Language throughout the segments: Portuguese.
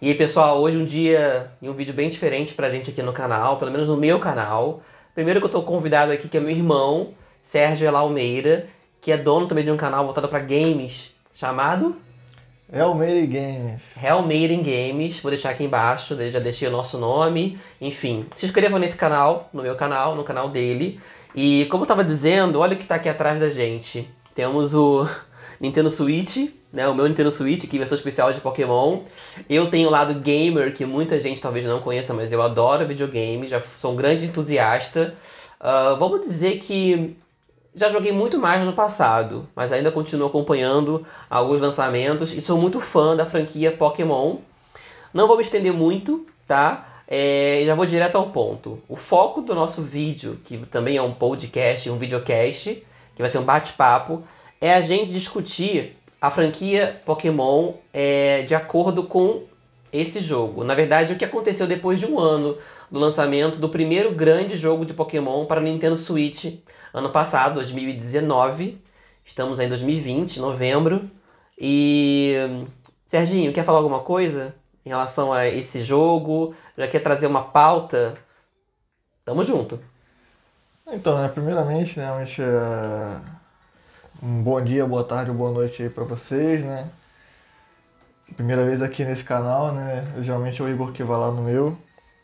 E aí, pessoal, hoje um dia e um vídeo bem diferente pra gente aqui no canal, pelo menos no meu canal. Primeiro que eu tô convidado aqui, que é meu irmão, Sérgio Almeida, que é dono também de um canal voltado pra games, chamado Almeida Games. Almeida Games. Vou deixar aqui embaixo, já deixei o nosso nome. Enfim, se inscrevam nesse canal, no meu canal, no canal dele. E como eu tava dizendo, olha o que tá aqui atrás da gente. Temos o Nintendo Switch, né? O meu Nintendo Switch, que versão especial de Pokémon. Eu tenho o lado gamer, que muita gente talvez não conheça, mas eu adoro videogame, já sou um grande entusiasta. Vamos dizer que já joguei muito mais no passado, mas ainda continuo acompanhando alguns lançamentos e sou muito fã da franquia Pokémon. Não vou me estender muito, tá? Já vou direto ao ponto. O foco do nosso vídeo, que também é um podcast, um videocast, que vai ser um bate-papo, é a gente discutir a franquia Pokémon de acordo com esse jogo. Na verdade, o que aconteceu depois de um ano do lançamento do primeiro grande jogo de Pokémon para o Nintendo Switch, ano passado, 2019. Estamos aí em 2020, novembro. E Serginho, quer falar alguma coisa em relação a esse jogo? Já quer trazer uma pauta? Tamo junto. Então, primeiramente, realmente, um bom dia, boa tarde ou boa noite aí pra vocês, né? Primeira vez aqui nesse canal, né? Geralmente é o Igor que vai lá no meu.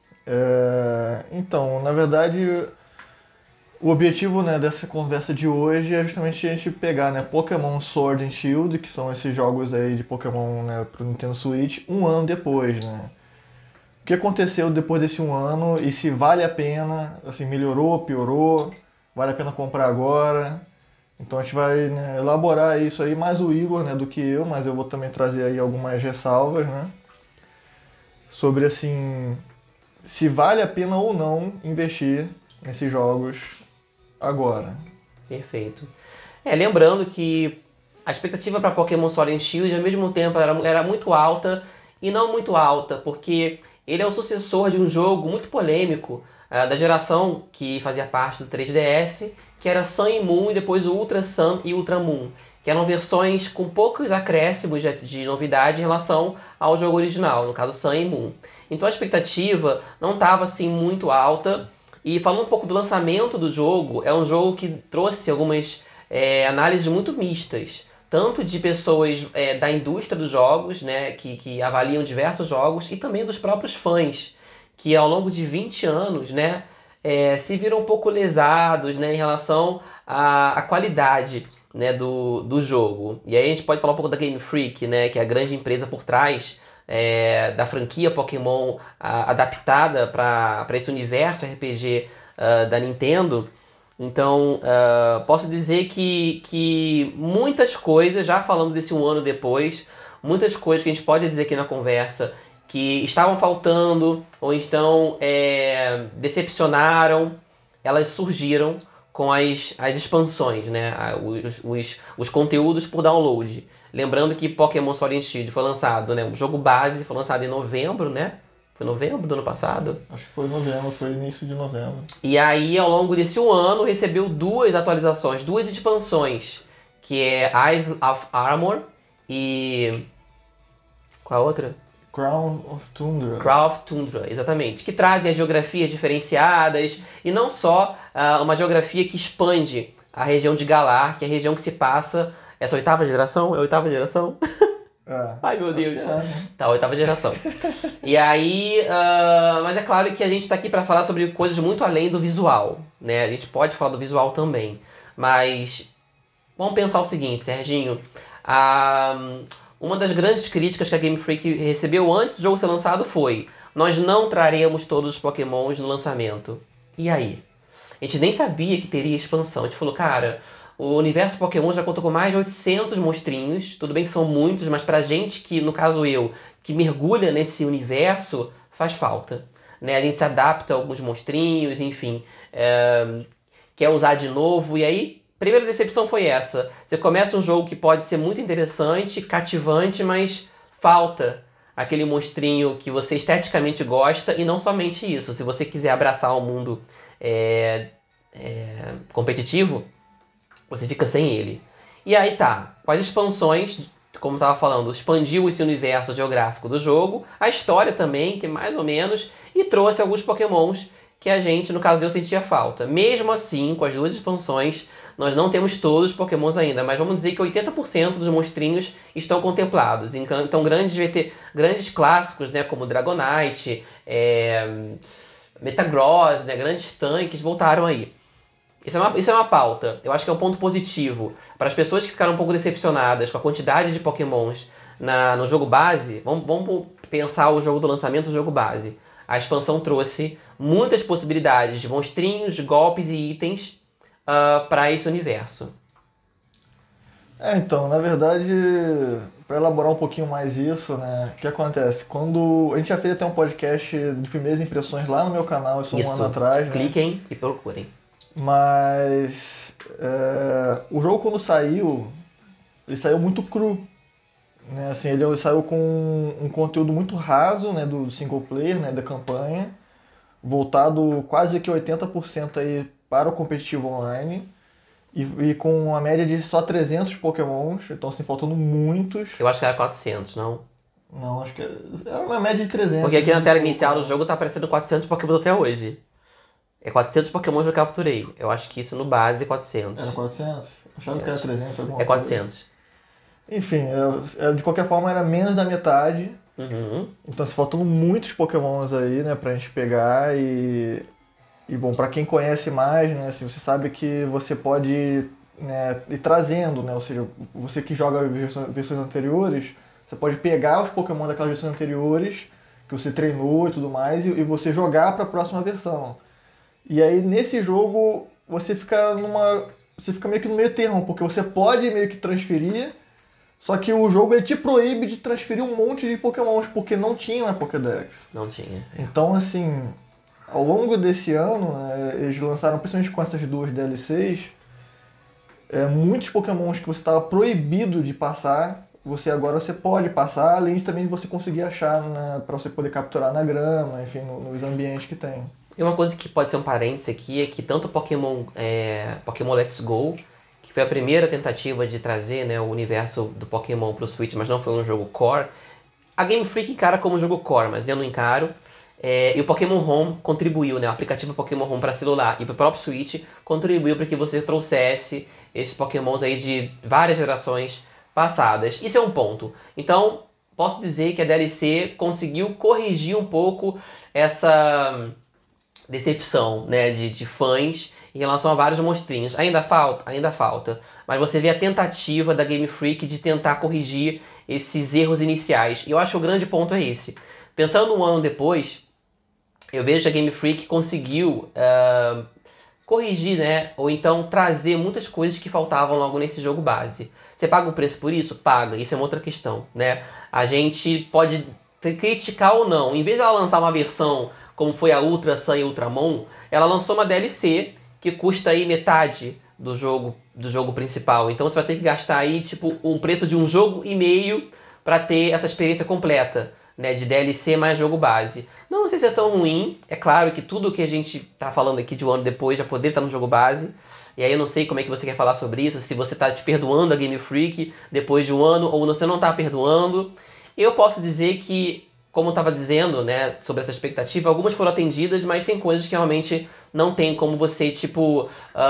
Então, na verdade, o objetivo, né, dessa conversa de hoje é justamente a gente pegar, né, Pokémon Sword and Shield, que são esses jogos aí de Pokémon, né, pro Nintendo Switch, um ano depois, né? O que aconteceu depois desse um ano e se vale a pena, assim, melhorou, piorou, vale a pena comprar agora. Então a gente vai, né, elaborar isso aí, mais o Igor, né, do que eu, mas eu vou também trazer aí algumas ressalvas, né, sobre, assim, se vale a pena ou não investir nesses jogos agora. Perfeito. Lembrando que a expectativa para Pokémon Sword and Shield, ao mesmo tempo, era muito alta e não muito alta, porque ele é o sucessor de um jogo muito polêmico da geração que fazia parte do 3DS, que era Sun e Moon e depois Ultra Sun e Ultra Moon, que eram versões com poucos acréscimos de novidade em relação ao jogo original, no caso Sun e Moon. Então a expectativa não estava assim muito alta. E falando um pouco do lançamento do jogo, é um jogo que trouxe algumas análises muito mistas, tanto de pessoas da indústria dos jogos, né, que avaliam diversos jogos, e também dos próprios fãs, que ao longo de 20 anos, né, se viram um pouco lesados, né, em relação à qualidade, né, do jogo. E aí a gente pode falar um pouco da Game Freak, né, que é a grande empresa por trás da franquia Pokémon adaptada para esse universo RPG da Nintendo. Então, posso dizer que muitas coisas, já falando desse um ano depois, muitas coisas que a gente pode dizer aqui na conversa que estavam faltando ou então decepcionaram, elas surgiram com as expansões, né? Os conteúdos por download. Lembrando que Pokémon Sword and Shield foi lançado, né? O jogo base foi lançado em novembro, né? Foi novembro do ano passado? Acho que foi novembro, foi início de novembro. E aí, ao longo desse um ano, recebeu duas atualizações, duas expansões, que é Eyes of Armor e... qual a outra? Crown of Tundra. Crown of Tundra, exatamente. Que trazem as geografias diferenciadas e não só uma geografia que expande a região de Galar, que é a região que se passa... Essa oitava geração? É a oitava geração? Ai, meu Deus. Né? Tá, oitava geração. E aí, mas é claro que a gente tá aqui para falar sobre coisas muito além do visual, né? A gente pode falar do visual também, mas vamos pensar o seguinte, Serginho. Uma das grandes críticas que a Game Freak recebeu antes do jogo ser lançado foi: nós não traremos todos os Pokémons no lançamento. E aí? A gente nem sabia que teria expansão. A gente falou, cara, o universo Pokémon já conta com mais de 800 monstrinhos. Tudo bem que são muitos, mas pra gente que, no caso eu, que mergulha nesse universo, faz falta, né? A gente se adapta a alguns monstrinhos, enfim, quer usar de novo. E aí, primeira decepção foi essa. Você começa um jogo que pode ser muito interessante, cativante, mas falta aquele monstrinho que você esteticamente gosta. E não somente isso, se você quiser abraçar o mundo competitivo, você fica sem ele. E aí tá, com as expansões como eu tava falando, expandiu esse universo geográfico do jogo, a história também, que mais ou menos, e trouxe alguns pokémons que a gente, no caso eu, sentia falta. Mesmo assim, com as 2 expansões, nós não temos todos os pokémons ainda, mas vamos dizer que 80% dos monstrinhos estão contemplados. Então grandes clássicos, né, como Dragonite, Metagross, né, grandes tanques voltaram aí. Isso é uma pauta. Eu acho que é um ponto positivo. Para as pessoas que ficaram um pouco decepcionadas com a quantidade de pokémons no jogo base, vamos pensar o jogo do lançamento do jogo base. A expansão trouxe muitas possibilidades de monstrinhos, golpes e itens para esse universo. Então, na verdade, para elaborar um pouquinho mais isso, né, o que acontece? Quando a gente já fez até um podcast de primeiras impressões lá no meu canal, isso um ano atrás, né? Cliquem e procurem. Mas o jogo quando saiu, ele saiu muito cru, né? Assim, ele saiu com um conteúdo muito raso, né, do single player, né, da campanha, voltado quase que 80% aí para o competitivo online e com uma média de só 300 pokémons, então assim, faltando muitos. Eu acho que era 400, não? Não, acho que era uma média de 300. Porque aqui na tela inicial do jogo tá aparecendo 400 pokémons até hoje. É 400 pokémons que eu capturei. Eu acho que isso no base é 400. Era 400? Achava que era 300 alguma É 400. Enfim, de qualquer forma era menos da metade. Uhum. Então, assim, faltando muitos pokémons aí, né, pra gente pegar e bom, pra quem conhece mais, né, assim, você sabe que você pode, né, ir trazendo, né, ou seja, você que joga versões anteriores, você pode pegar os pokémon daquelas versões anteriores, que você treinou e tudo mais, e você jogar pra próxima versão. E aí, nesse jogo, você fica meio que no meio termo, porque você pode meio que transferir, só que o jogo ele te proíbe de transferir um monte de pokémons, porque não tinha na Pokédex. Não tinha. Então, assim, ao longo desse ano, eles lançaram, principalmente com essas 2 DLCs, muitos pokémons que você estava proibido de passar, agora você pode passar, além de também você conseguir achar para você poder capturar na grama, enfim, nos ambientes que tem. E uma coisa que pode ser um parênteses aqui é que tanto Pokémon Let's Go, que foi a primeira tentativa de trazer, né, o universo do Pokémon pro Switch, mas não foi um jogo core, a Game Freak encara como um jogo core, mas eu não encaro. E o Pokémon Home contribuiu, né, o aplicativo Pokémon Home para celular e para o próprio Switch contribuiu para que você trouxesse esses Pokémons aí de várias gerações passadas. Isso é um ponto. Então, posso dizer que a DLC conseguiu corrigir um pouco essa decepção, né, de fãs em relação a vários monstrinhos. Ainda falta, mas você vê a tentativa da Game Freak de tentar corrigir esses erros iniciais. E eu acho que o grande ponto é esse. Pensando um ano depois, eu vejo que a Game Freak conseguiu corrigir, né, ou então trazer muitas coisas que faltavam logo nesse jogo base. Você paga o preço por isso? Paga. Isso é uma outra questão, né? A gente pode criticar ou não. Em vez de ela lançar uma versão como foi a Ultra Sun e Ultramon, ela lançou uma DLC que custa aí metade do jogo principal. Então você vai ter que gastar aí tipo um preço de um jogo e meio para ter essa experiência completa, né, de DLC mais jogo base. Não sei se é tão ruim. É claro que tudo que a gente tá falando aqui de um ano depois já poderia estar no jogo base. E aí eu não sei como é que você quer falar sobre isso, se você tá te perdoando a Game Freak depois de um ano ou você não tá perdoando. Eu posso dizer que, como eu estava dizendo, né, sobre essa expectativa, algumas foram atendidas, mas tem coisas que realmente não tem como você, tipo,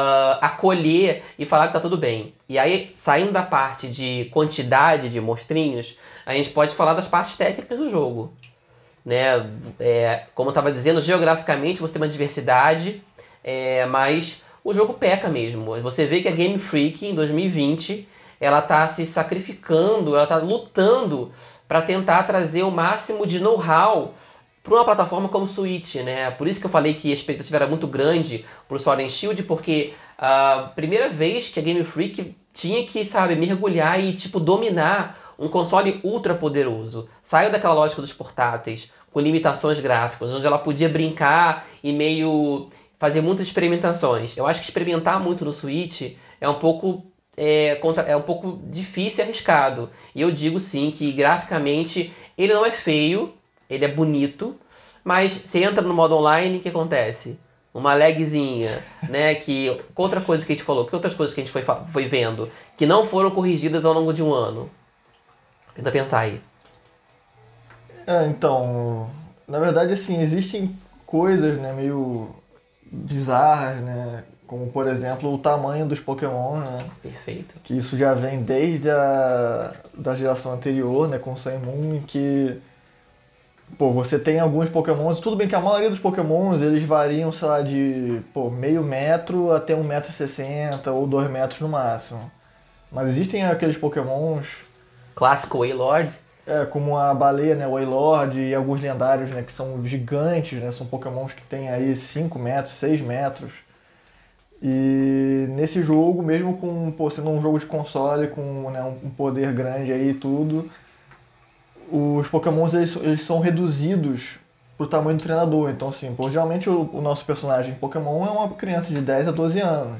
acolher e falar que tá tudo bem. E aí, saindo da parte de quantidade de monstrinhos, a gente pode falar das partes técnicas do jogo. Né? Como eu estava dizendo, geograficamente você tem uma diversidade, mas o jogo peca mesmo. Você vê que a Game Freak, em 2020, ela tá se sacrificando, ela tá lutando para tentar trazer o máximo de know-how para uma plataforma como o Switch, né? Por isso que eu falei que a expectativa era muito grande pro Sword and Shield, porque a primeira vez que a Game Freak tinha que, sabe, mergulhar e, tipo, dominar um console ultra poderoso. Saiu daquela lógica dos portáteis, com limitações gráficas, onde ela podia brincar e meio fazer muitas experimentações. Eu acho que experimentar muito no Switch é um pouco difícil e arriscado. E eu digo sim que graficamente ele não é feio, ele é bonito, mas você entra no modo online, o que acontece? Uma lagzinha, né? Outra coisa que a gente falou, que outras coisas que a gente foi vendo, que não foram corrigidas ao longo de um ano? Tenta pensar aí. Então, na verdade, assim, existem coisas, né, meio bizarras, né, como, por exemplo, o tamanho dos Pokémon, né, Perfeito. que isso já vem desde da geração anterior, né, com o Sun e Moon, em que, pô, você tem alguns Pokémons, tudo bem que a maioria dos Pokémons, eles variam, sei lá, de, pô, meio metro até 1,60 m ou 2 metros no máximo. Mas existem aqueles Pokémons, Clássico Wailord. como a baleia, né, o Wailord e alguns lendários, né, que são gigantes, né, são Pokémons que têm aí 5 metros, 6 metros. E nesse jogo, mesmo com, pô, sendo um jogo de console, com, né, um poder grande aí e tudo, os Pokémons eles são reduzidos pro tamanho do treinador. Então, assim, pô, geralmente o nosso personagem Pokémon é uma criança de 10 a 12 anos.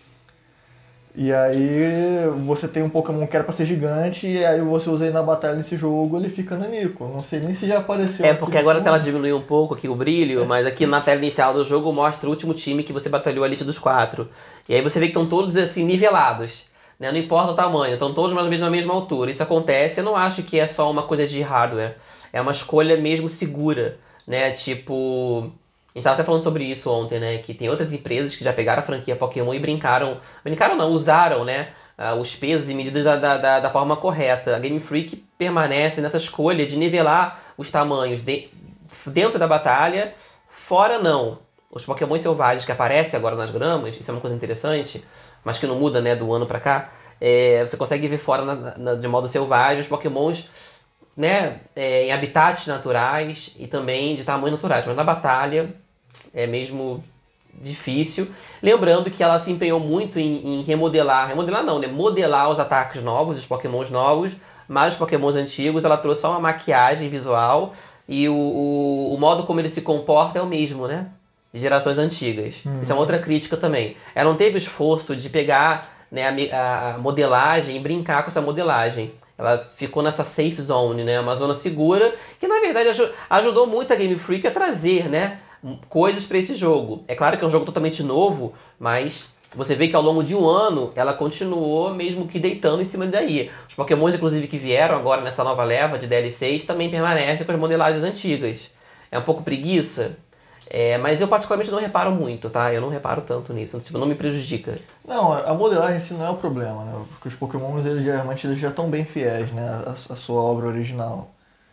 E aí você tem um Pokémon que era pra ser gigante, e aí você usa ele na batalha nesse jogo, ele fica nanico. Não sei nem se já apareceu. É, porque agora a tela diminuiu um pouco aqui o brilho, mas aqui na tela inicial do jogo mostra o último time que você batalhou a elite dos 4. E aí você vê que estão todos assim nivelados, né? Não importa o tamanho, estão todos mais ou menos na mesma altura. Isso acontece, eu não acho que é só uma coisa de hardware. É uma escolha mesmo segura, né? Tipo, a gente tava até falando sobre isso ontem, né? Que tem outras empresas que já pegaram a franquia Pokémon e brincaram. Brincaram não, usaram, né? Os pesos e medidas da forma correta. A Game Freak permanece nessa escolha de nivelar os tamanhos dentro da batalha, fora não. Os Pokémon selvagens que aparecem agora nas gramas, isso é uma coisa interessante, mas que não muda, né, do ano pra cá. Você consegue ver fora de modo selvagem os Pokémons, né, em habitats naturais e também de tamanho naturais. Mas na batalha é mesmo difícil. Lembrando que ela se empenhou muito em remodelar não, né? Modelar os ataques novos, os Pokémons novos, mas os Pokémons antigos ela trouxe só uma maquiagem visual e o modo como ele se comporta é o mesmo, né? De gerações antigas. Isso é uma outra crítica também. Ela não teve o esforço de pegar, né, a modelagem e brincar com essa modelagem. Ela ficou nessa safe zone, né? Uma zona segura, que na verdade ajudou muito a Game Freak a trazer, né, coisas para esse jogo. É claro que é um jogo totalmente novo, mas você vê que ao longo de um ano ela continuou mesmo que deitando em cima daí. Os Pokémons, inclusive, que vieram agora nessa nova leva de DLCs também permanecem com as modelagens antigas. É um pouco preguiça, mas eu particularmente não reparo muito, tá? Eu não reparo tanto nisso, tipo, não me prejudica. Não, a modelagem em si não é o problema, né? Porque os Pokémons eles geralmente eles já estão bem fiéis, né, à sua obra original.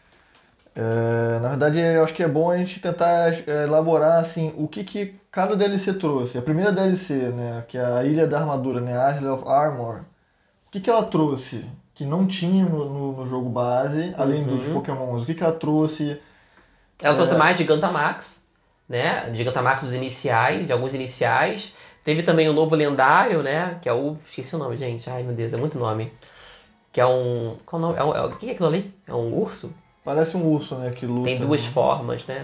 Na verdade, eu acho que é bom a gente tentar elaborar assim, o que cada DLC trouxe. A primeira DLC, né, que é a Ilha da Armadura, né, Isle of Armor, o que ela trouxe que não tinha no jogo base, além dos Pokémons? O que ela trouxe? Ela trouxe mais de Gigantamax, né? De Gigantamax dos iniciais, de alguns iniciais. Teve também o novo lendário, né? Que é o... Esqueci o nome, gente. Ai, meu Deus, é muito nome. Que é um... Qual o nome? O que é aquilo ali? É um urso? Parece um urso, né, que luta. Tem duas formas, né?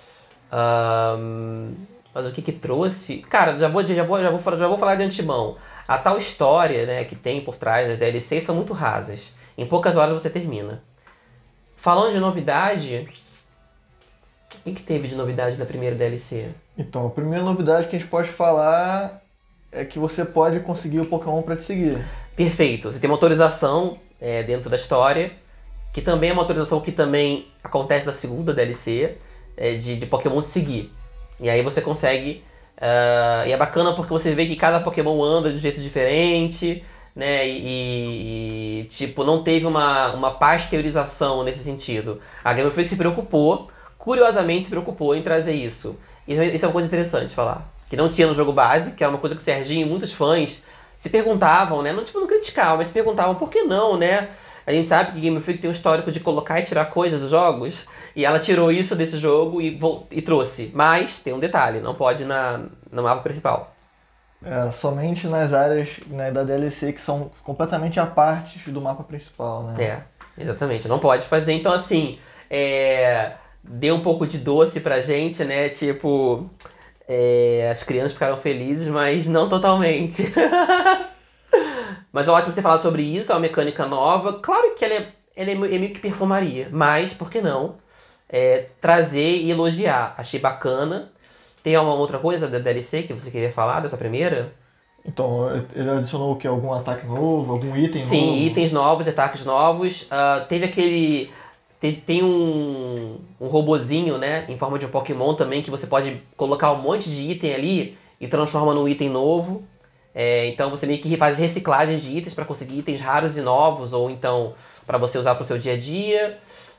Mas o que trouxe... Cara, já vou falar de antemão. A tal história, né, que tem por trás das DLCs são muito rasas. Em poucas horas você termina. Falando de novidade... O que teve de novidade na primeira DLC? Então, a primeira novidade que a gente pode falar é que você pode conseguir o Pokémon para te seguir. Perfeito. Você tem uma autorização dentro da história, que também é uma autorização que também acontece na segunda DLC, de Pokémon te seguir. E aí você consegue... e é bacana porque você vê que cada Pokémon anda de um jeito diferente, né? E tipo, não teve uma pasteurização nesse sentido. A Game Freak se preocupou, curiosamente se preocupou em trazer isso. Isso é uma coisa interessante de falar. Que não tinha no jogo base, que era uma coisa que o Serginho e muitos fãs se perguntavam, né? Não, tipo, não criticavam, mas se perguntavam por que não, né? A gente sabe que Game Freak tem um histórico de colocar e tirar coisas dos jogos, e ela tirou isso desse jogo e trouxe. Mas tem um detalhe, não pode no mapa principal. Somente nas áreas, né, da DLC que são completamente à parte do mapa principal, né? Exatamente, não pode fazer. Então, assim, deu um pouco de doce pra gente, né? Tipo, as crianças ficaram felizes, mas não totalmente. Mas é ótimo você falar sobre isso, é uma mecânica nova. Claro que ela é meio que perfumaria, mas por que não trazer e elogiar? Achei bacana. Tem alguma outra coisa da DLC que você queria falar dessa primeira? Então, ele adicionou o quê? Algum ataque novo? Algum item novo? Sim, itens novos, ataques novos. Teve aquele... Tem um robozinho, né, em forma de um Pokémon também, que você pode colocar um monte de item ali e transforma num item novo. Então você meio que faz reciclagem de itens para conseguir itens raros e novos, ou então para você usar para o seu dia a dia.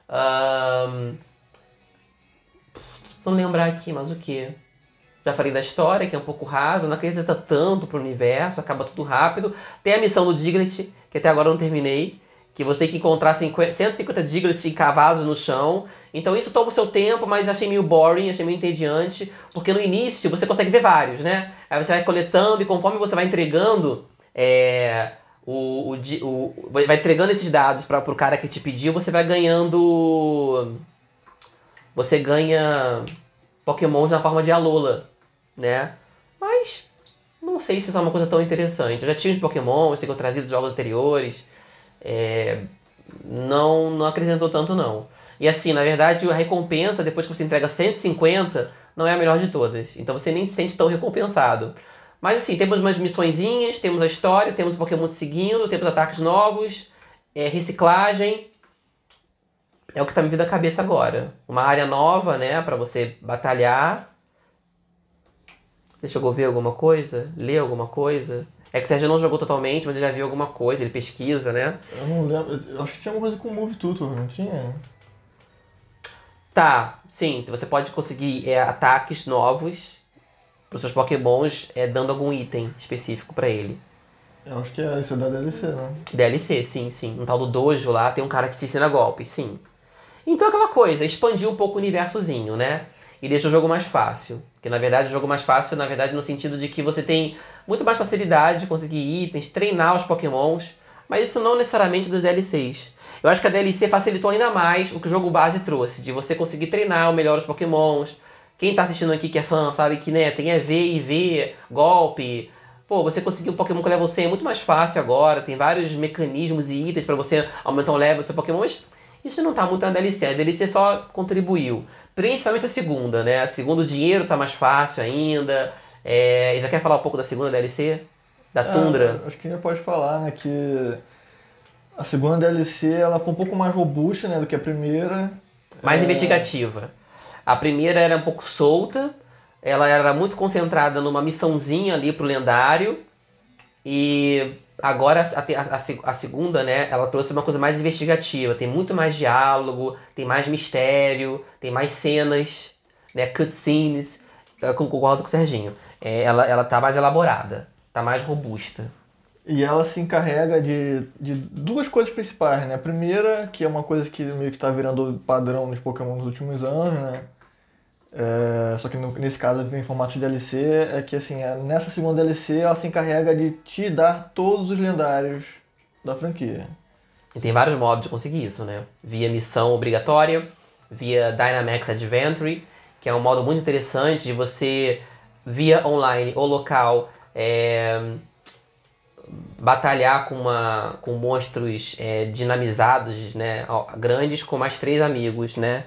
Não lembrar aqui, mas o que? Já falei da história, que é um pouco rasa, não acrescenta tanto pro universo, acaba tudo rápido. Tem a missão do Diglett, que até agora eu não terminei, que você tem que encontrar 150 Diglets encavados no chão. Então isso toma o seu tempo, mas achei meio boring, achei meio entediante, porque no início você consegue ver vários, né? Aí você vai coletando e conforme você vai entregando, vai entregando esses dados pro cara que te pediu, você vai ganhando... Você ganha Pokémons na forma de Alola, né? Mas não sei se isso é uma coisa tão interessante. Eu já tinha os Pokémons, tenho trazido dos jogos anteriores. Não acrescentou tanto não. E assim, na verdade, a recompensa, depois que você entrega 150, não é a melhor de todas. Então você nem se sente tão recompensado. Mas assim, temos umas missõezinhas, temos a história, temos o Pokémon te seguindo, temos ataques novos, reciclagem. É o que tá me vindo à cabeça agora. Uma área nova, né, pra você batalhar. Você chegou a ver alguma coisa? Ler alguma coisa? É que o Sérgio não jogou totalmente, mas ele já viu alguma coisa, ele pesquisa, né? Eu não lembro. Eu acho que tinha alguma coisa com Move Tutor, não tinha? Tá, sim, você pode conseguir ataques novos pros seus Pokémons, dando algum item específico pra ele. Eu acho que isso é da DLC, né? DLC, sim, sim. No tal do Dojo lá, tem um cara que te ensina golpes, sim. Então aquela coisa, expandir um pouco o universozinho, né? E deixa o jogo mais fácil. Que na verdade o jogo mais fácil, na verdade, no sentido de que você tem muito mais facilidade de conseguir itens, treinar os Pokémons, mas isso não necessariamente dos DLCs. Eu acho que a DLC facilitou ainda mais o que o jogo base trouxe, de você conseguir treinar melhor os Pokémons. Quem tá assistindo aqui que é fã sabe que, né, tem EV, IV, golpe. Pô, você conseguir um Pokémon com level 100 é muito mais fácil agora, tem vários mecanismos e itens pra você aumentar o level do seu Pokémon, mas isso não tá muito na DLC, a DLC só contribuiu. Principalmente a segunda, né? A segunda o dinheiro tá mais fácil ainda. Já quer falar um pouco da segunda DLC? Da Tundra? Acho que a gente pode falar, né, que a segunda DLC ela foi um pouco mais robusta, né, do que a primeira. Mais investigativa. A primeira era um pouco solta, ela era muito concentrada numa missãozinha ali pro lendário. E agora a segunda, né, ela trouxe uma coisa mais investigativa. Tem muito mais diálogo, tem mais mistério, tem mais cenas, né, cutscenes. Eu concordo com o Serginho. Ela tá mais elaborada, tá mais robusta. E ela se encarrega de duas coisas principais, né? A primeira, que é uma coisa que meio que tá virando padrão nos Pokémon nos últimos anos, né? Só que nesse caso vem em formato de DLC, é que assim, nessa segunda DLC ela se encarrega de te dar todos os lendários da franquia. E tem vários modos de conseguir isso, né? Via missão obrigatória, via Dynamax Adventure, que é um modo muito interessante de você, via online ou local, batalhar com monstros dinamizados, né? Grandes com mais 3 amigos, né?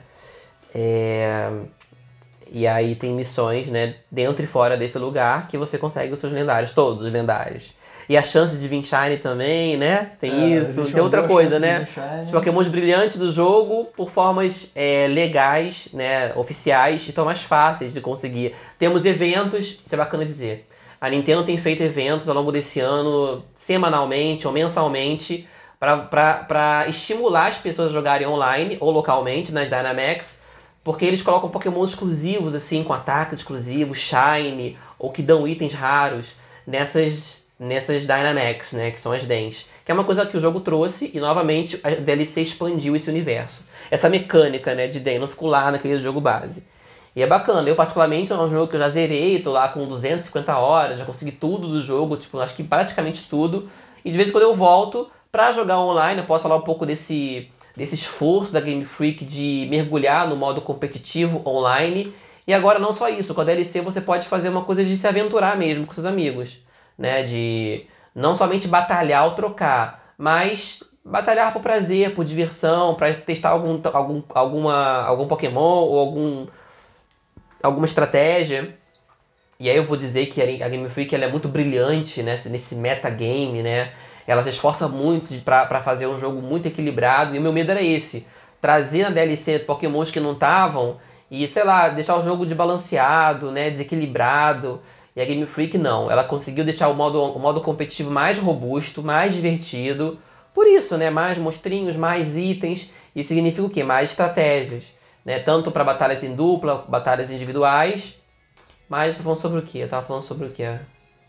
E aí tem missões, né, dentro e fora desse lugar que você consegue os seus lendários, todos os lendários. E a chance de vir Shine também, né? Tem isso. Tem outra coisa, né? Os Pokémons brilhantes do jogo por formas legais, né? Oficiais, e estão mais fáceis de conseguir. Temos eventos, isso é bacana dizer. A Nintendo tem feito eventos ao longo desse ano, semanalmente ou mensalmente, para estimular as pessoas a jogarem online ou localmente nas Dynamax. Porque eles colocam Pokémon exclusivos, assim, com ataques exclusivos, Shine, ou que dão itens raros nessas Dynamax, né, que são as Dens. Que é uma coisa que o jogo trouxe e, novamente, a DLC expandiu esse universo. Essa mecânica, né, de Den não ficou lá naquele jogo base. E é bacana. Eu, particularmente, é um jogo que eu já zerei, tô lá com 250 horas, já consegui tudo do jogo, tipo, acho que praticamente tudo. E de vez em quando eu volto pra jogar online, eu posso falar um pouco desse esforço da Game Freak de mergulhar no modo competitivo online. E agora não só isso, com a DLC você pode fazer uma coisa de se aventurar mesmo com seus amigos, né? De não somente batalhar ou trocar, mas batalhar por prazer, por diversão, para testar algum Pokémon ou alguma estratégia. E aí eu vou dizer que a Game Freak ela é muito brilhante, né, nesse metagame, né? Ela se esforça muito pra fazer um jogo muito equilibrado. E o meu medo era esse. Trazer na DLC Pokémons que não estavam e, sei lá, deixar o jogo desbalanceado, né, desequilibrado. E a Game Freak não. Ela conseguiu deixar o modo competitivo mais robusto, mais divertido. Por isso, né, mais monstrinhos, mais itens. Isso significa o quê? Mais estratégias. Né? Tanto para batalhas em dupla, batalhas individuais. Mas eu tô falando sobre o quê? Eu tava falando sobre o quê?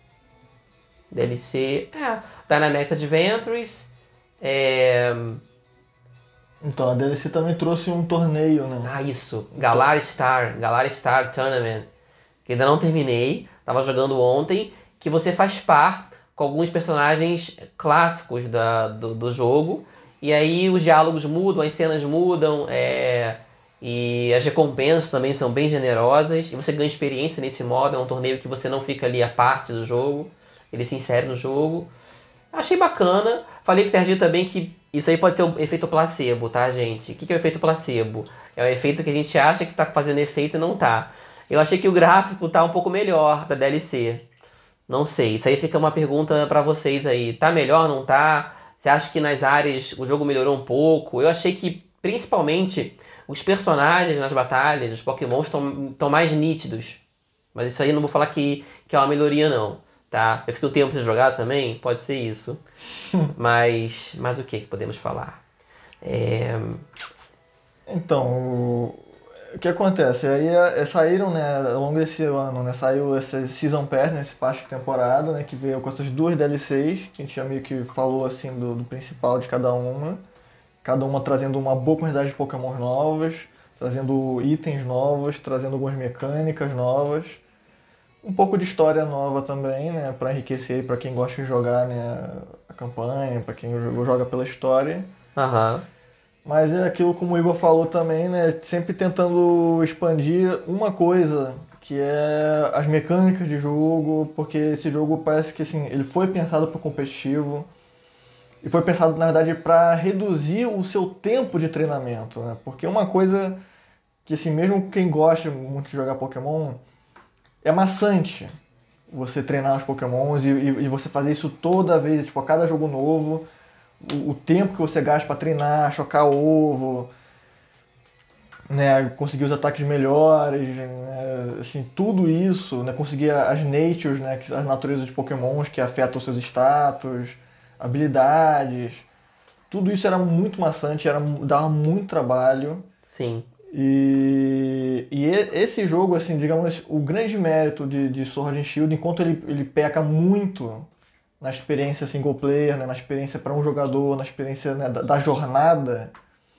DLC. Dynamax Adventures. É... Então, a DLC também trouxe um torneio, né? Isso. Galar Star Tournament. Que ainda não terminei. Tava jogando ontem. Que você faz par com alguns personagens clássicos do jogo. E aí os diálogos mudam, as cenas mudam. E as recompensas também são bem generosas. E você ganha experiência nesse modo. É um torneio que você não fica ali à parte do jogo. Ele se insere no jogo. Achei bacana. Falei com o Serginho também que isso aí pode ser o efeito placebo, tá, gente? O que é o efeito placebo? É o efeito que a gente acha que tá fazendo efeito e não tá. Eu achei que o gráfico tá um pouco melhor da DLC. Não sei. Isso aí fica uma pergunta pra vocês aí. Tá melhor, não tá? Você acha que nas áreas o jogo melhorou um pouco? Eu achei que, principalmente, os personagens nas batalhas, os Pokémons estão mais nítidos. Mas isso aí eu não vou falar que é uma melhoria, não. Tá? Eu fiquei um tempo sem jogar também, pode ser isso. Mas o que podemos falar? Então, o que acontece? Aí saíram, né, ao longo desse ano, né, saiu esse Season Pass, né, esse passe de temporada, né, que veio com essas duas DLCs, que a gente já meio que falou, assim, do principal de cada uma trazendo uma boa quantidade de Pokémon novos, trazendo itens novos, trazendo algumas mecânicas novas, um pouco de história nova também, né, para enriquecer para quem gosta de jogar, né, a campanha, para quem joga pela história. Aham. Mas é aquilo como o Igor falou também, né, sempre tentando expandir uma coisa, que é as mecânicas de jogo, porque esse jogo parece que assim, ele foi pensado para o competitivo e foi pensado na verdade para reduzir o seu tempo de treinamento, né? Porque uma coisa que assim, mesmo quem gosta muito de jogar Pokémon, é maçante você treinar os Pokémons e você fazer isso toda vez, tipo, a cada jogo novo, o tempo que você gasta para treinar, chocar ovo, né, conseguir os ataques melhores, né, assim, tudo isso, né, conseguir as natures, né, as naturezas de Pokémons que afetam os seus status, habilidades, tudo isso era muito maçante, dava muito trabalho. Sim. E esse jogo, assim, digamos, o grande mérito de Sword and Shield, enquanto ele peca muito na experiência single player, né, na experiência para um jogador, na experiência, né, da jornada,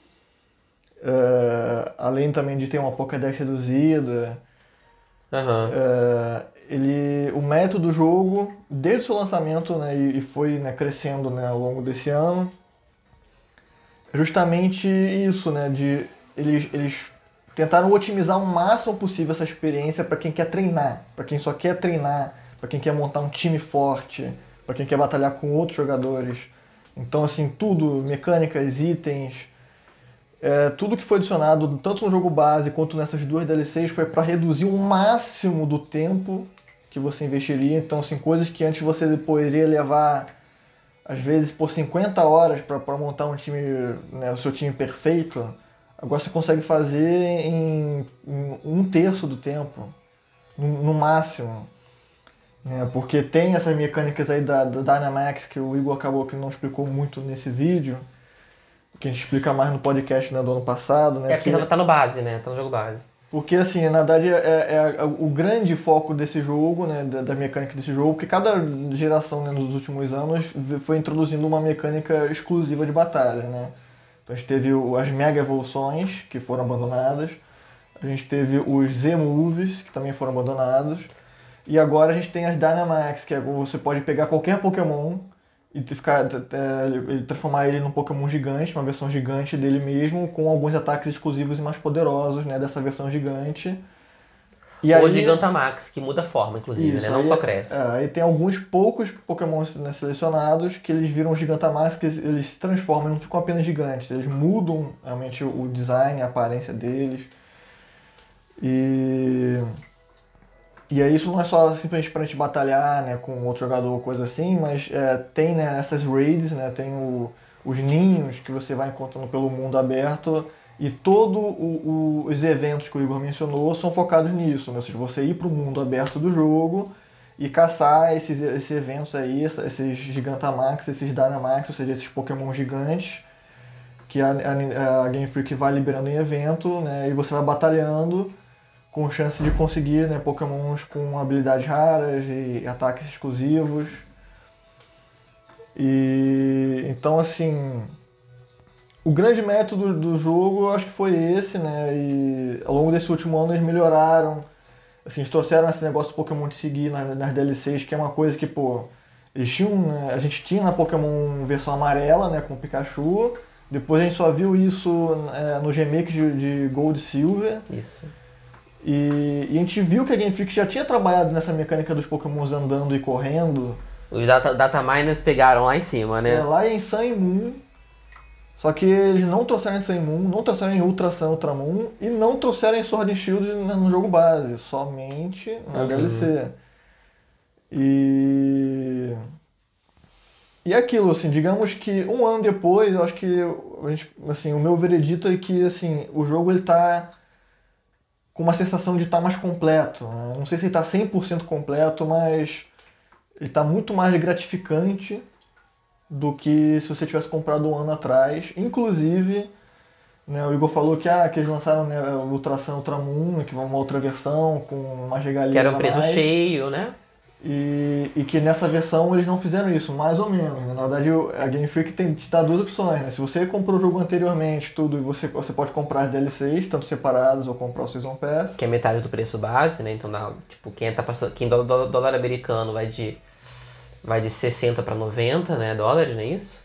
além também de ter uma Pokédex reduzida, Aham. o mérito do jogo, desde o seu lançamento, né, e foi, né, crescendo, né, ao longo desse ano, é justamente isso, né, de eles tentaram otimizar o máximo possível essa experiência para quem quer treinar, para quem só quer treinar, para quem quer montar um time forte, para quem quer batalhar com outros jogadores. Então, assim, tudo, mecânicas, itens, tudo que foi adicionado, tanto no jogo base quanto nessas duas DLCs, foi para reduzir o máximo do tempo que você investiria. Então, assim, coisas que antes você poderia levar, às vezes, por 50 horas para montar um time, né, o seu time perfeito, agora você consegue fazer em um terço do tempo, no máximo. Né? Porque tem essas mecânicas aí da Dynamax que o Igor acabou que não explicou muito nesse vídeo, que a gente explica mais no podcast, né, do ano passado. Né? Porque tá no base, né? Tá no jogo base. Porque, assim, na verdade, é o grande foco desse jogo, né, da mecânica desse jogo, que cada geração, né, nos últimos anos foi introduzindo uma mecânica exclusiva de batalha, né? Então a gente teve as Mega Evoluções, que foram abandonadas, a gente teve os Z-Moves, que também foram abandonados, e agora a gente tem as Dynamax, que é você pode pegar qualquer Pokémon e transformar ele num Pokémon gigante, uma versão gigante dele mesmo, com alguns ataques exclusivos e mais poderosos, né, dessa versão gigante. E Ou aí, Gigantamax, que muda a forma, inclusive, isso, né? Não só cresce. aí tem alguns poucos Pokémon, né, selecionados que eles viram Gigantamax, que eles se transformam, não ficam apenas gigantes, eles mudam realmente o design, a aparência deles. E aí isso não é só simplesmente pra gente batalhar, né, com outro jogador ou coisa assim, mas tem, né, essas raids, né, tem os ninhos que você vai encontrando pelo mundo aberto e todos os eventos que o Igor mencionou são focados nisso, né, ou seja, você ir pro mundo aberto do jogo e caçar esses eventos aí, esses Gigantamax, esses Dynamax, ou seja, esses Pokémon gigantes que a Game Freak vai liberando em evento, né, e você vai batalhando com chance de conseguir, né, Pokémons com habilidades raras e ataques exclusivos. E então assim, o grande método do jogo eu acho que foi esse, né? E ao longo desse último ano eles melhoraram, assim, eles trouxeram esse negócio do Pokémon de seguir nas DLCs, que é uma coisa que, pô, eles tinham, né, a gente tinha na Pokémon versão amarela, né, com o Pikachu. Depois a gente só viu isso no remake de Gold e Silver. Isso. E a gente viu que a Game Freak já tinha trabalhado nessa mecânica dos Pokémons andando e correndo. Os data miners pegaram lá em cima, né? Lá em Sun e Moon. Só que eles não trouxeram em Sun e Moon, não trouxeram em Ultra Sun, Ultra Moon e não trouxeram em Sword and Shield no jogo base, somente na DLC. E aquilo, assim, digamos que um ano depois, eu acho que assim, o meu veredito é que assim, o jogo ele tá com uma sensação de estar mais completo, né? Não sei se ele está 100% completo, mas ele está muito mais gratificante do que se você tivesse comprado um ano atrás. Inclusive, né, o Igor falou que eles lançaram, né, o Ultra Sun, Ultra Moon, que vai uma outra versão com mais regalias. Que era um preço cheio, né? E que nessa versão eles não fizeram isso, mais ou menos. Na verdade, a Game Freak te dá duas opções, né? Se você comprou o jogo anteriormente, tudo, e você pode comprar as DLCs, tanto separadas, ou comprar o Season Pass. Que é metade do preço base, né? Então, tipo, quem tá passando, quem dólar americano vai de 60 para 90, né, dólares, não é isso?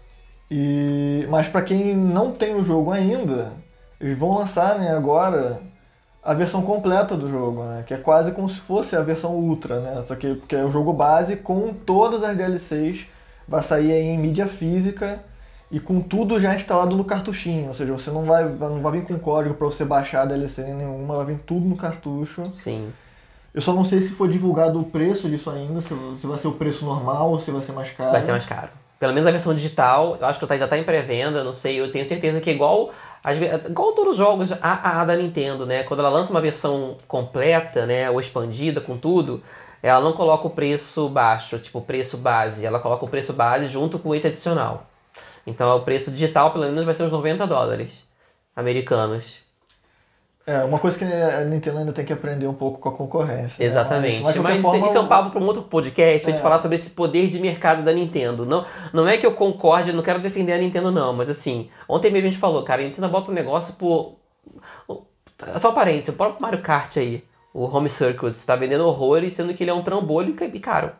Mas para quem não tem o jogo ainda, eles vão lançar, né, agora a versão completa do jogo, né? Que é quase como se fosse a versão Ultra, né? Só que porque é o jogo base com todas as DLCs, vai sair aí em mídia física e com tudo já instalado no cartuchinho, ou seja, você não vai vir com código para você baixar a DLC nenhuma, vai vir tudo no cartucho. Sim. Eu só não sei se for divulgado o preço disso ainda, se vai ser o preço normal ou se vai ser mais caro. Vai ser mais caro. Pelo menos a versão digital, eu acho que já tá em pré-venda, não sei, eu tenho certeza que é igual todos os jogos da Nintendo, né? Quando ela lança uma versão completa, né, ou expandida com tudo, ela não coloca o preço baixo, tipo o preço base, ela coloca o preço base junto com esse adicional. Então o preço digital pelo menos vai ser uns 90 dólares americanos. Uma coisa que a Nintendo ainda tem que aprender um pouco com a concorrência. Exatamente. Né? Mas isso é um papo para um outro podcast, pra gente falar sobre esse poder de mercado da Nintendo. Não é que eu concorde, não quero defender a Nintendo não, mas assim, ontem mesmo a gente falou, cara, a Nintendo bota um negócio por... Só um parênteses, o próprio Mario Kart aí, o Home Circuit, está vendendo horrores, sendo que ele é um trambolho e caro.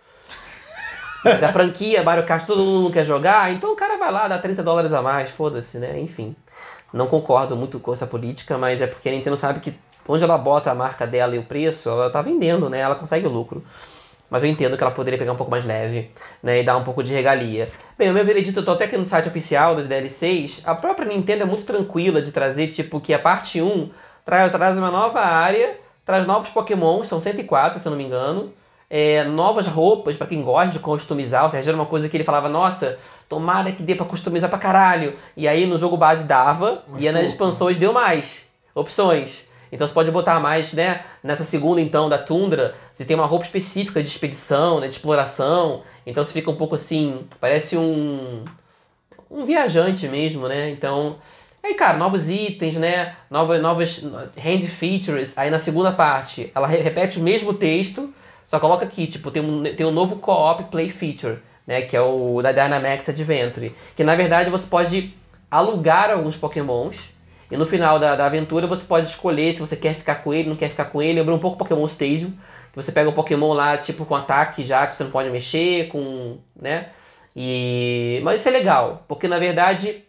Mas a franquia Mario Kart todo mundo quer jogar, então o cara vai lá, dá 30 dólares a mais, foda-se, né? Enfim. Não concordo muito com essa política, mas é porque a Nintendo sabe que onde ela bota a marca dela e o preço, ela tá vendendo, né? Ela consegue o lucro. Mas eu entendo que ela poderia pegar um pouco mais leve, né? E dar um pouco de regalia. Bem, o meu veredito, eu tô até aqui no site oficial das DLCs, a própria Nintendo é muito tranquila de trazer, tipo, que a parte 1 traz uma nova área, traz novos Pokémons, são 104, se eu não me engano. Novas roupas pra quem gosta de customizar, ou seja, era uma coisa que ele falava, nossa, tomara que dê pra customizar pra caralho. E aí no jogo base dava, e nas expansões deu mais opções. Então você pode botar mais, né, nessa segunda então da Tundra, você tem uma roupa específica de expedição, né, de exploração. Então você fica um pouco assim, parece um viajante mesmo, né, então... Aí, cara, novos itens, né, novas hand features. Aí na segunda parte, ela repete o mesmo texto, só coloca aqui, tipo, tem um novo co-op play feature, né, que é o da Dynamax Adventure, que na verdade você pode alugar alguns Pokémons e no final da aventura você pode escolher se você quer ficar com ele, não quer ficar com ele. Lembra um pouco Pokémon Stadium, que você pega um Pokémon lá, tipo, com ataque já, que você não pode mexer, né, mas isso é legal, porque na verdade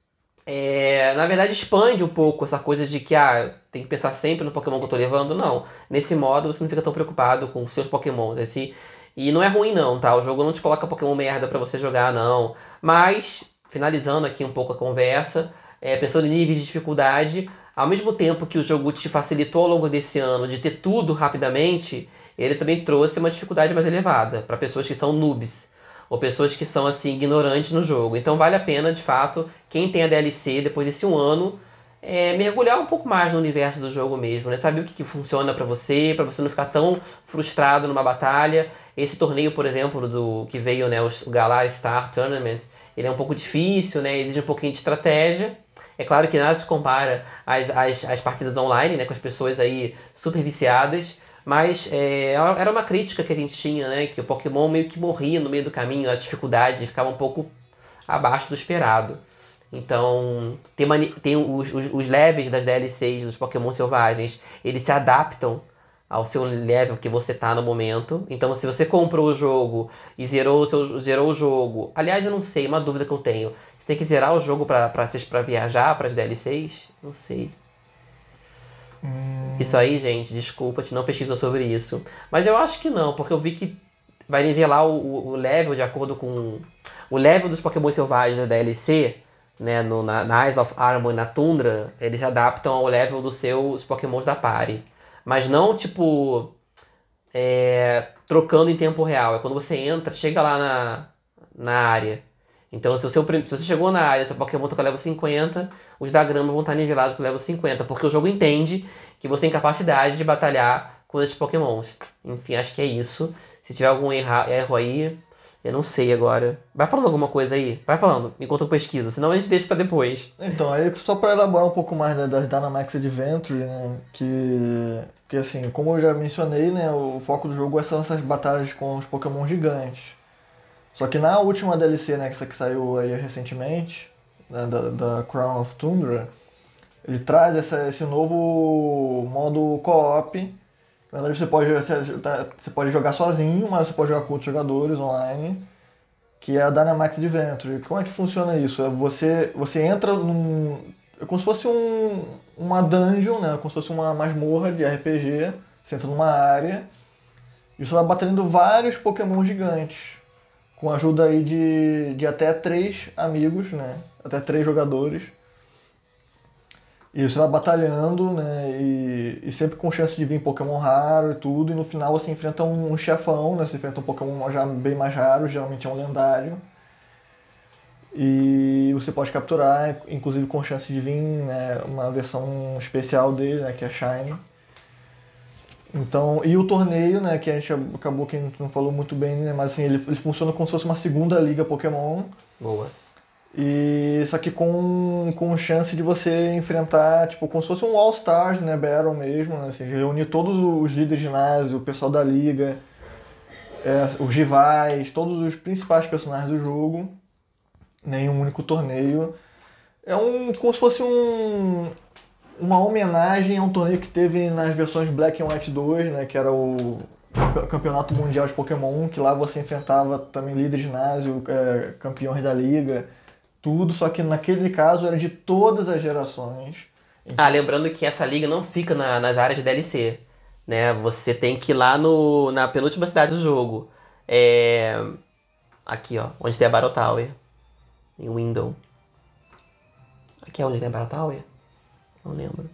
expande um pouco essa coisa de que tem que pensar sempre no Pokémon que eu tô levando. Não, nesse modo você não fica tão preocupado com os seus Pokémons. E não é ruim não, tá? O jogo não te coloca Pokémon merda pra você jogar, não. Mas, finalizando aqui um pouco a conversa, pensando em níveis de dificuldade, ao mesmo tempo que o jogo te facilitou ao longo desse ano de ter tudo rapidamente, ele também trouxe uma dificuldade mais elevada para pessoas que são noobs ou pessoas que são assim ignorantes no jogo. Então vale a pena, de fato, quem tem a DLC depois desse um ano, mergulhar um pouco mais no universo do jogo mesmo, né? Saber o que funciona pra você não ficar tão frustrado numa batalha. Esse torneio, por exemplo, do que veio, né, o Galar Star Tournament, ele é um pouco difícil, né? Exige um pouquinho de estratégia. É claro que nada se compara às partidas online, né, com as pessoas aí super viciadas, mas era uma crítica que a gente tinha, né, que o Pokémon meio que morria no meio do caminho, a dificuldade ficava um pouco abaixo do esperado. Então, tem os levels das DLCs dos Pokémon selvagens, eles se adaptam ao seu level que você tá no momento. Então, se você comprou o jogo e zerou o jogo... Aliás, eu não sei, uma dúvida que eu tenho. Você tem que zerar o jogo pra viajar pras DLCs? Não sei. Isso aí, gente, desculpa, te não pesquisou sobre isso. Mas eu acho que não, porque eu vi que vai nivelar o level de acordo com... O level dos Pokémon selvagens da DLC, né, na Isle of Armor e na Tundra, eles se adaptam ao level dos seus Pokémons da party. Mas não, tipo, trocando em tempo real. É quando você entra, chega lá na área. Então, se você chegou na área, seu Pokémon tá com level 50, os da grama vão estar nivelados com level 50. Porque o jogo entende que você tem capacidade de batalhar com esses Pokémons. Enfim, acho que é isso. Se tiver algum erro aí, eu não sei agora. Vai falando alguma coisa aí? Vai falando, enquanto eu pesquiso. Senão a gente deixa pra depois. Então, aí só para elaborar um pouco mais, né, das Dynamax Adventure, né, que assim, como eu já mencionei, né, o foco do jogo são essas batalhas com os Pokémon gigantes. Só que na última DLC, né, que saiu aí recentemente, né, da Crown of Tundra, ele traz esse novo modo co-op. Na verdade, você pode jogar sozinho, mas você pode jogar com outros jogadores online, que é a Dynamax Adventure. Como é que funciona isso? Você entra é como se fosse uma dungeon, né? Como se fosse uma masmorra de RPG. Você entra numa área e você vai batalhando vários Pokémon gigantes, com a ajuda aí de até 3 amigos, né? Até 3 jogadores. E você vai batalhando, né? E sempre com chance de vir Pokémon raro e tudo. E no final você enfrenta um chefão, né? Você enfrenta um Pokémon já bem mais raro, geralmente é um lendário. E você pode capturar, inclusive com chance de vir, né, uma versão especial dele, né? Que é Shine. Então, e o torneio, né? Que a gente acabou que a gente não falou muito bem, né? Mas assim, ele funciona como se fosse uma segunda liga Pokémon. Boa. E só que com chance de você enfrentar, tipo, como se fosse um All-Stars, né, Battle mesmo, né, assim, reunir todos os líderes de ginásio, o pessoal da liga, os rivais, todos os principais personagens do jogo, né, em um único torneio. Como se fosse uma homenagem a um torneio que teve nas versões Black and White 2, né, que era o Campeonato Mundial de Pokémon, que lá você enfrentava também líder de ginásio, campeões da liga, tudo, só que naquele caso era de todas as gerações. Lembrando que essa liga não fica nas áreas de DLC, né? Você tem que ir lá na penúltima cidade do jogo. Aqui, ó, onde tem a Battle Tower. Em Window. Aqui é onde tem a Battle Tower? Não lembro.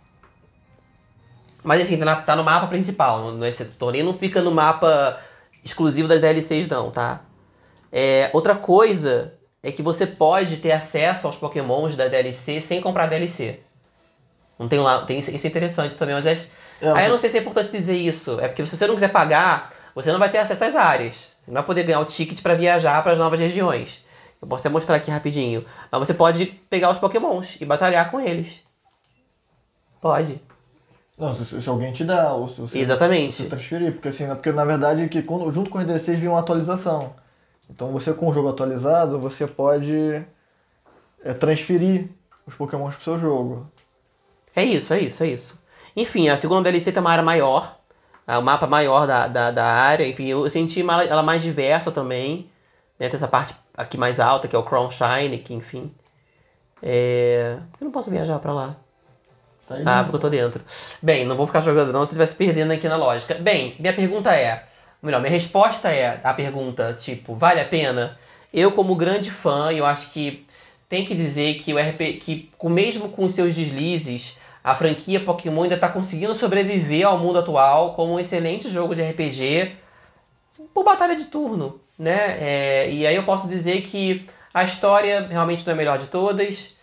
Mas enfim, tá no mapa principal. Esse torneio não fica no mapa exclusivo das DLCs não, tá? Outra coisa é que você pode ter acesso aos Pokémons da DLC sem comprar DLC. Não tem lá, isso é interessante também, mas aí eu não sei se é importante dizer isso. É porque se você não quiser pagar, você não vai ter acesso às áreas. Você não vai poder ganhar o ticket para viajar para as novas regiões. Eu posso até mostrar aqui rapidinho. Mas você pode pegar os Pokémons e batalhar com eles. Pode. Não, se alguém te dá, ou se você, exatamente. Se você transferir, porque na verdade junto com as DLCs vem uma atualização. Então você com o jogo atualizado, você pode transferir os Pokémons pro seu jogo. É isso. Enfim, a segunda DLC tem uma área maior, o mapa maior da área, enfim, eu senti ela mais diversa também, né? Tem essa parte aqui mais alta, que é o Crown Shine, que enfim. Eu não posso viajar pra lá. Tá aí porque eu tô dentro. Bem, não vou ficar jogando não, se estivesse perdendo aqui na lógica. Bem, minha resposta à pergunta, tipo, vale a pena? Eu, como grande fã, eu acho que tem que dizer que o RP, que mesmo com os seus deslizes, A franquia Pokémon ainda está conseguindo sobreviver ao mundo atual como um excelente jogo de RPG por batalha de turno, né? E aí eu posso dizer que a história realmente não é a melhor de todas.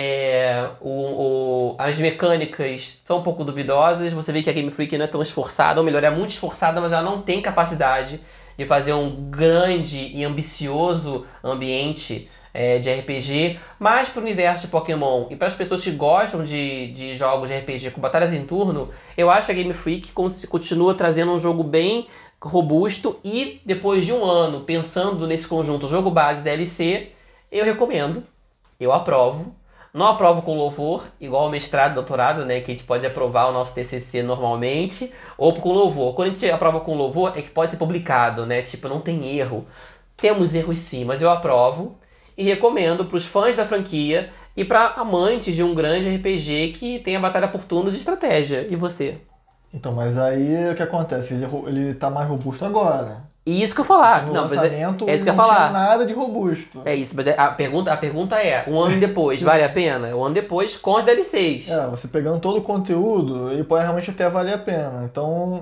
As mecânicas são um pouco duvidosas. Você vê que a Game Freak não é tão esforçada, ou melhor, é muito esforçada, mas ela não tem capacidade de fazer um grande e ambicioso ambiente de RPG. Mas para o universo de Pokémon e para as pessoas que gostam de jogos de RPG com batalhas em turno, eu acho que a Game Freak continua trazendo um jogo bem robusto. E depois de um ano pensando nesse conjunto jogo base DLC, eu recomendo, eu aprovo. Não aprovo com louvor, igual o mestrado e doutorado, né? Que a gente pode aprovar o nosso TCC normalmente, ou com louvor. Quando a gente aprova com louvor, é que pode ser publicado, né? Tipo, não tem erro. Temos erros sim, mas eu aprovo e recomendo para os fãs da franquia e para amantes de um grande RPG que tem a batalha por turnos e estratégia. E você? Então, mas aí o que acontece? Ele tá mais robusto agora. E isso que eu falar. No Não, mas lançamento é isso que eu ia não tinha falar. nada de robusto. É isso, mas a pergunta é, um ano depois, vale a pena? Um ano depois com as DLCs. Você pegando todo o conteúdo, ele pode realmente até valer a pena. Então,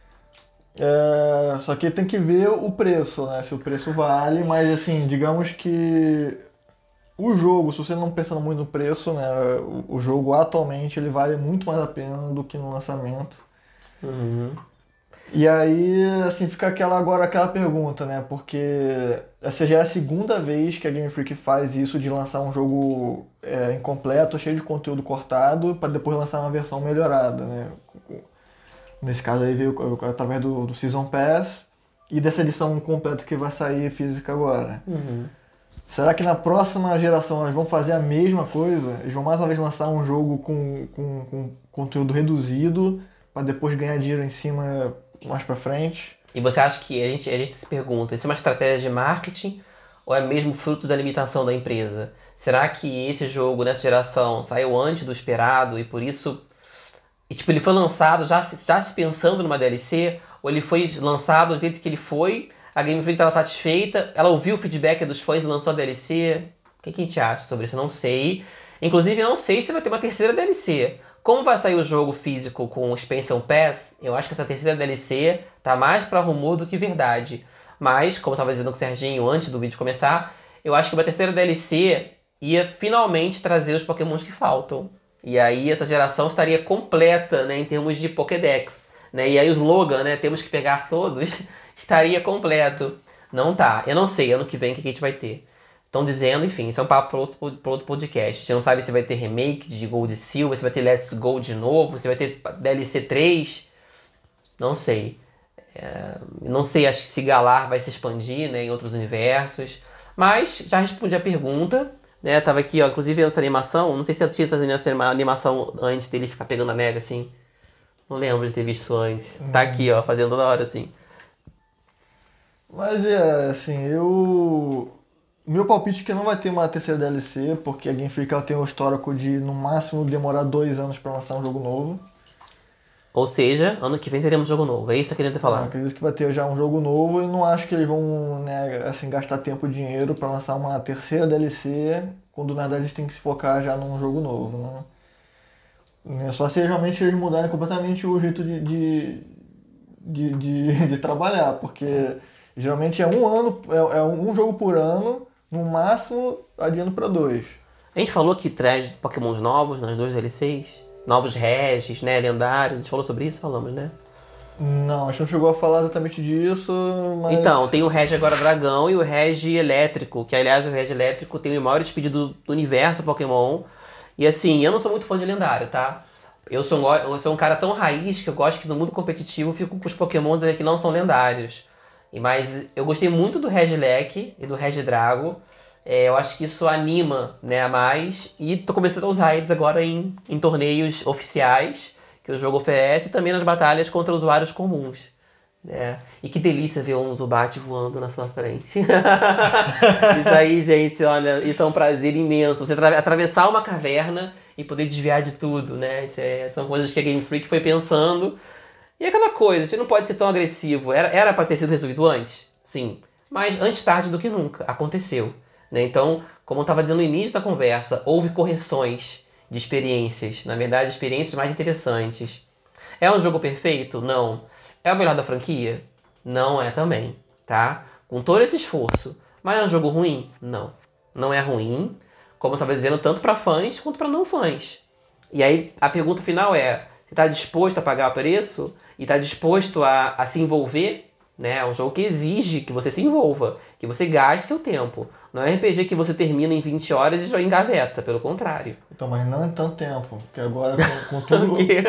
só que tem que ver o preço, né? Se o preço vale, mas assim, digamos que o jogo, se você não pensando muito no preço, né? O jogo atualmente ele vale muito mais a pena do que no lançamento. Uhum. E aí, assim, fica aquela pergunta, né? Porque essa já é a segunda vez que a Game Freak faz isso de lançar um jogo incompleto, cheio de conteúdo cortado, para depois lançar uma versão melhorada, né? Nesse caso aí veio através do Season Pass e dessa edição completa que vai sair física agora. Uhum. Será que na próxima geração eles vão fazer a mesma coisa? Eles vão mais uma vez lançar um jogo com conteúdo reduzido para depois ganhar dinheiro em cima mais pra frente? E você acha que a gente se pergunta, isso é uma estratégia de marketing ou é mesmo fruto da limitação da empresa? Será que esse jogo nessa geração saiu antes do esperado e por isso... E, tipo, ele foi lançado já se pensando numa DLC? Ou ele foi lançado do jeito que ele foi, a Game Freak estava satisfeita, ela ouviu o feedback dos fãs e lançou a DLC? O que a gente acha sobre isso? Eu não sei. Inclusive, eu não sei se vai ter uma terceira DLC. Como vai sair o jogo físico com o Expansion Pass, eu acho que essa terceira DLC tá mais pra rumor do que verdade. Mas, como eu tava dizendo com o Serginho antes do vídeo começar, eu acho que uma terceira DLC ia finalmente trazer os Pokémons que faltam. E aí essa geração estaria completa, né, em termos de Pokédex. Né? E aí o slogan, né, temos que pegar todos, estaria completo. Não tá. Eu não sei ano que vem o que a gente vai ter. Estão dizendo, enfim, isso é um papo para outro podcast. A gente não sabe se vai ter remake de Gold e Silver, se vai ter Let's Go de novo, se vai ter DLC 3. Não sei. Não sei, acho que se Galar vai se expandir, né, em outros universos. Mas já respondi a pergunta. Né, tava aqui, ó, inclusive essa animação. Não sei se eu tinha essa animação antes dele ficar pegando a neve assim. Não lembro de ter visto isso antes. Tá aqui, ó, fazendo toda hora assim. Mas assim, meu palpite é que não vai ter uma terceira DLC, porque a Game Freak ela tem o histórico de, no máximo, demorar 2 anos para lançar um jogo novo. Ou seja, ano que vem teremos jogo novo. É isso que tá querendo te falar. Eu acredito que vai ter já um jogo novo e não acho que eles vão, né, assim, gastar tempo e dinheiro para lançar uma terceira DLC, quando na verdade eles têm que se focar já num jogo novo, né? Só se realmente eles mudarem completamente o jeito de trabalhar, porque geralmente é um ano, um jogo por ano, no máximo adiando para 2. A gente falou que traz Pokémons novos nas 2 DLCs, novos Regis, né, lendários. A gente falou sobre isso? Falamos, né? Não, a gente não chegou a falar exatamente disso, mas... Então, tem o Regi agora Dragão e o Regi Elétrico, que aliás o Regi Elétrico tem o maior speed do universo Pokémon. E assim, eu não sou muito fã de lendário, tá? Eu sou um cara tão raiz que eu gosto que no mundo competitivo eu fico com os Pokémons que não são lendários. Mas eu gostei muito do Regieleki e do Regidrago. Eu acho que isso anima, né, a mais. E tô começando a usar raids agora em torneios oficiais que o jogo oferece e também nas batalhas contra usuários comuns. Né? E que delícia ver um Zubat voando na sua frente. Isso aí, gente, olha, isso é um prazer imenso. Você atravessar uma caverna e poder desviar de tudo, né? São coisas que a Game Freak foi pensando. E aquela coisa, a gente não pode ser tão agressivo. Era pra ter sido resolvido antes? Sim. Mas antes tarde do que nunca. Aconteceu. Né? Então, como eu estava dizendo no início da conversa, houve correções de experiências. Na verdade, experiências mais interessantes. É um jogo perfeito? Não. É o melhor da franquia? Não é também, tá? Com todo esse esforço. Mas é um jogo ruim? Não. Não é ruim, como eu estava dizendo, tanto para fãs quanto para não fãs. E aí a pergunta final é, você está disposto a pagar o preço? E está disposto a se envolver? Né? É um jogo que exige que você se envolva, que você gaste seu tempo. Não é um RPG que você termina em 20 horas e já engaveta, pelo contrário. Então, mas não é tanto tempo, porque agora com tudo, O quê?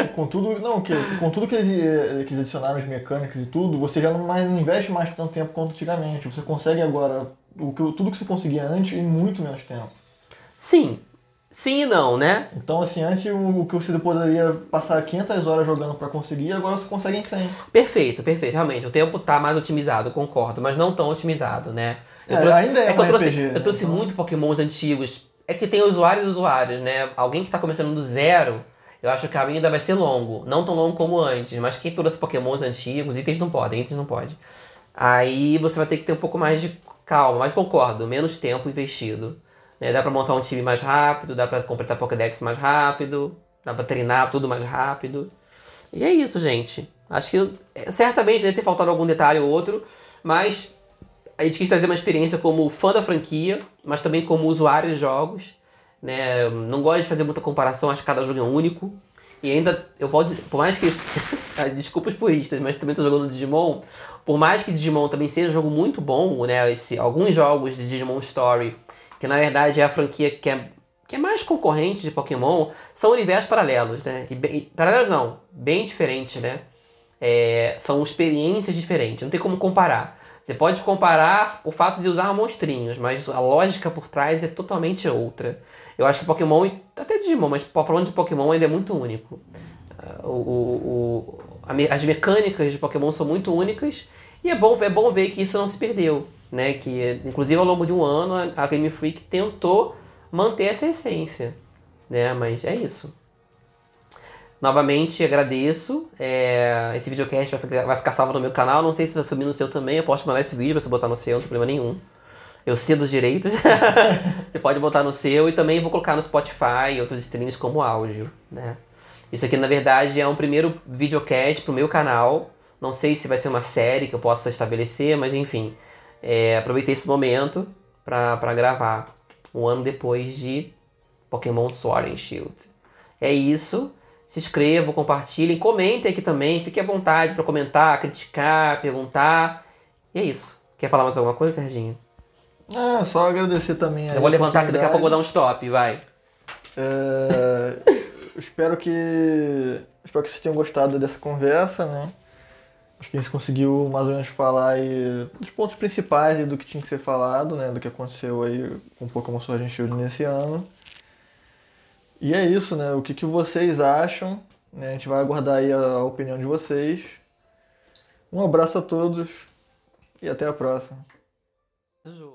com tudo que eles adicionaram as mecânicas e tudo, você já não investe mais tanto tempo quanto antigamente. Você consegue agora tudo que você conseguia antes em muito menos tempo. Sim. Sim e não, né? Então, assim, antes o que você poderia passar 500 horas jogando pra conseguir, agora você consegue em 100. Perfeito, perfeito. Realmente, o tempo tá mais otimizado, eu concordo, mas não tão otimizado, né? Ainda é que um eu trouxe, RPG, eu trouxe então... muito Pokémons antigos. É que tem usuários e usuários, né? Alguém que tá começando do zero, eu acho que o caminho ainda vai ser longo. Não tão longo como antes, mas quem trouxe Pokémons antigos, itens não pode. Aí você vai ter que ter um pouco mais de calma, mas concordo, menos tempo investido. Né? Dá pra montar um time mais rápido, dá pra completar Pokédex mais rápido, dá pra treinar tudo mais rápido. E é isso, gente. Acho que certamente deve ter faltado algum detalhe ou outro, mas a gente quis trazer uma experiência como fã da franquia, mas também como usuário de jogos. Né? Não gosto de fazer muita comparação, acho que cada jogo é único. E ainda, eu posso, por mais que... Desculpa os puristas, mas também tô jogando Digimon. Por mais que Digimon também seja um jogo muito bom, né? Alguns jogos de Digimon Story, que na verdade é a franquia que é mais concorrente de Pokémon, são universos paralelos, né? Paralelos não, bem diferentes, né? São experiências diferentes, não tem como comparar. Você pode comparar o fato de usar monstrinhos, mas a lógica por trás é totalmente outra. Eu acho que Pokémon, até Digimon, mas falando de Pokémon ainda é muito único. As mecânicas de Pokémon são muito únicas e é bom ver que isso não se perdeu. Né? Que, inclusive, ao longo de um ano, a Game Freak tentou manter essa essência. Né? Mas é isso. Novamente, agradeço. Esse videocast vai ficar salvo no meu canal. Não sei se vai subir no seu também. Eu posso mandar esse vídeo pra você botar no seu, não tem problema nenhum. Eu cedo os direitos. Você pode botar no seu e também vou colocar no Spotify e outros streams como áudio. Né? Isso aqui, na verdade, é um primeiro videocast pro meu canal. Não sei se vai ser uma série que eu possa estabelecer, mas enfim. Aproveitei esse momento pra gravar. Um ano depois de Pokémon Sword and Shield. É isso. Se inscrevam, compartilhem, comentem aqui também. Fiquem à vontade para comentar, criticar, perguntar. E é isso. Quer falar mais alguma coisa, Serginho? Só agradecer também a Eu vou levantar que daqui a pouco eu vou dar um stop, vai. Espero que vocês tenham gostado dessa conversa, né? Acho que a gente conseguiu mais ou menos falar aí dos pontos principais aí do que tinha que ser falado, né? Do que aconteceu aí com o Pokémon Sword and Shield nesse ano. E é isso, né? O que vocês acham? Né? A gente vai aguardar aí a opinião de vocês. Um abraço a todos e até a próxima.